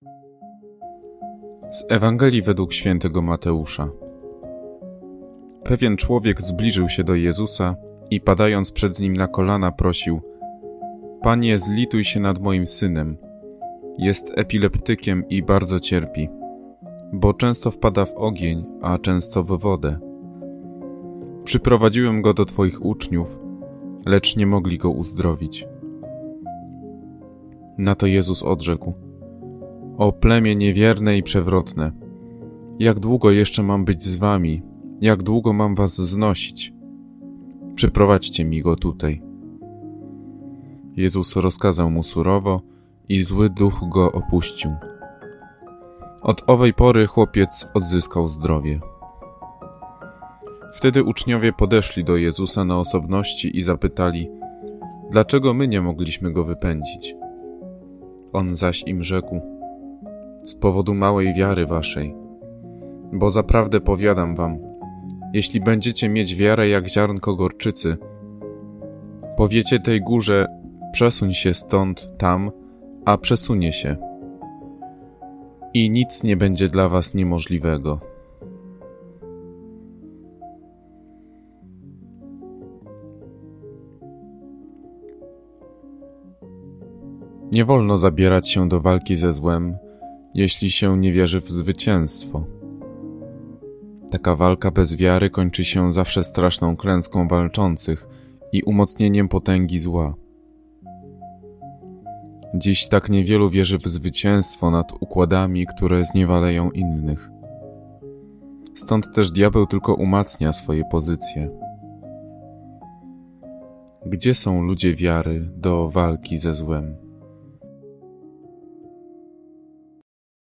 Z Ewangelii według świętego Mateusza. Pewien człowiek zbliżył się do Jezusa i padając przed Nim na kolana prosił: Panie, zlituj się nad moim synem. Jest epileptykiem i bardzo cierpi, bo często wpada w ogień, a często w wodę. Przyprowadziłem go do Twoich uczniów, lecz nie mogli go uzdrowić. Na to Jezus odrzekł: O plemię niewierne i przewrotne, jak długo jeszcze mam być z wami, jak długo mam was znosić? Przyprowadźcie mi go tutaj. Jezus rozkazał mu surowo i zły duch go opuścił. Od owej pory chłopiec odzyskał zdrowie. Wtedy uczniowie podeszli do Jezusa na osobności i zapytali: Dlaczego my nie mogliśmy go wypędzić? On zaś im rzekł: Z powodu małej wiary waszej. Bo zaprawdę powiadam wam, jeśli będziecie mieć wiarę jak ziarnko gorczycy, powiecie tej górze: przesuń się stąd tam, a przesunie się. I nic nie będzie dla was niemożliwego. Nie wolno zabierać się do walki ze złem, jeśli się nie wierzy w zwycięstwo. Taka walka bez wiary kończy się zawsze straszną klęską walczących i umocnieniem potęgi zła. Dziś tak niewielu wierzy w zwycięstwo nad układami, które zniewalają innych. Stąd też diabeł tylko umacnia swoje pozycje. Gdzie są ludzie wiary do walki ze złem?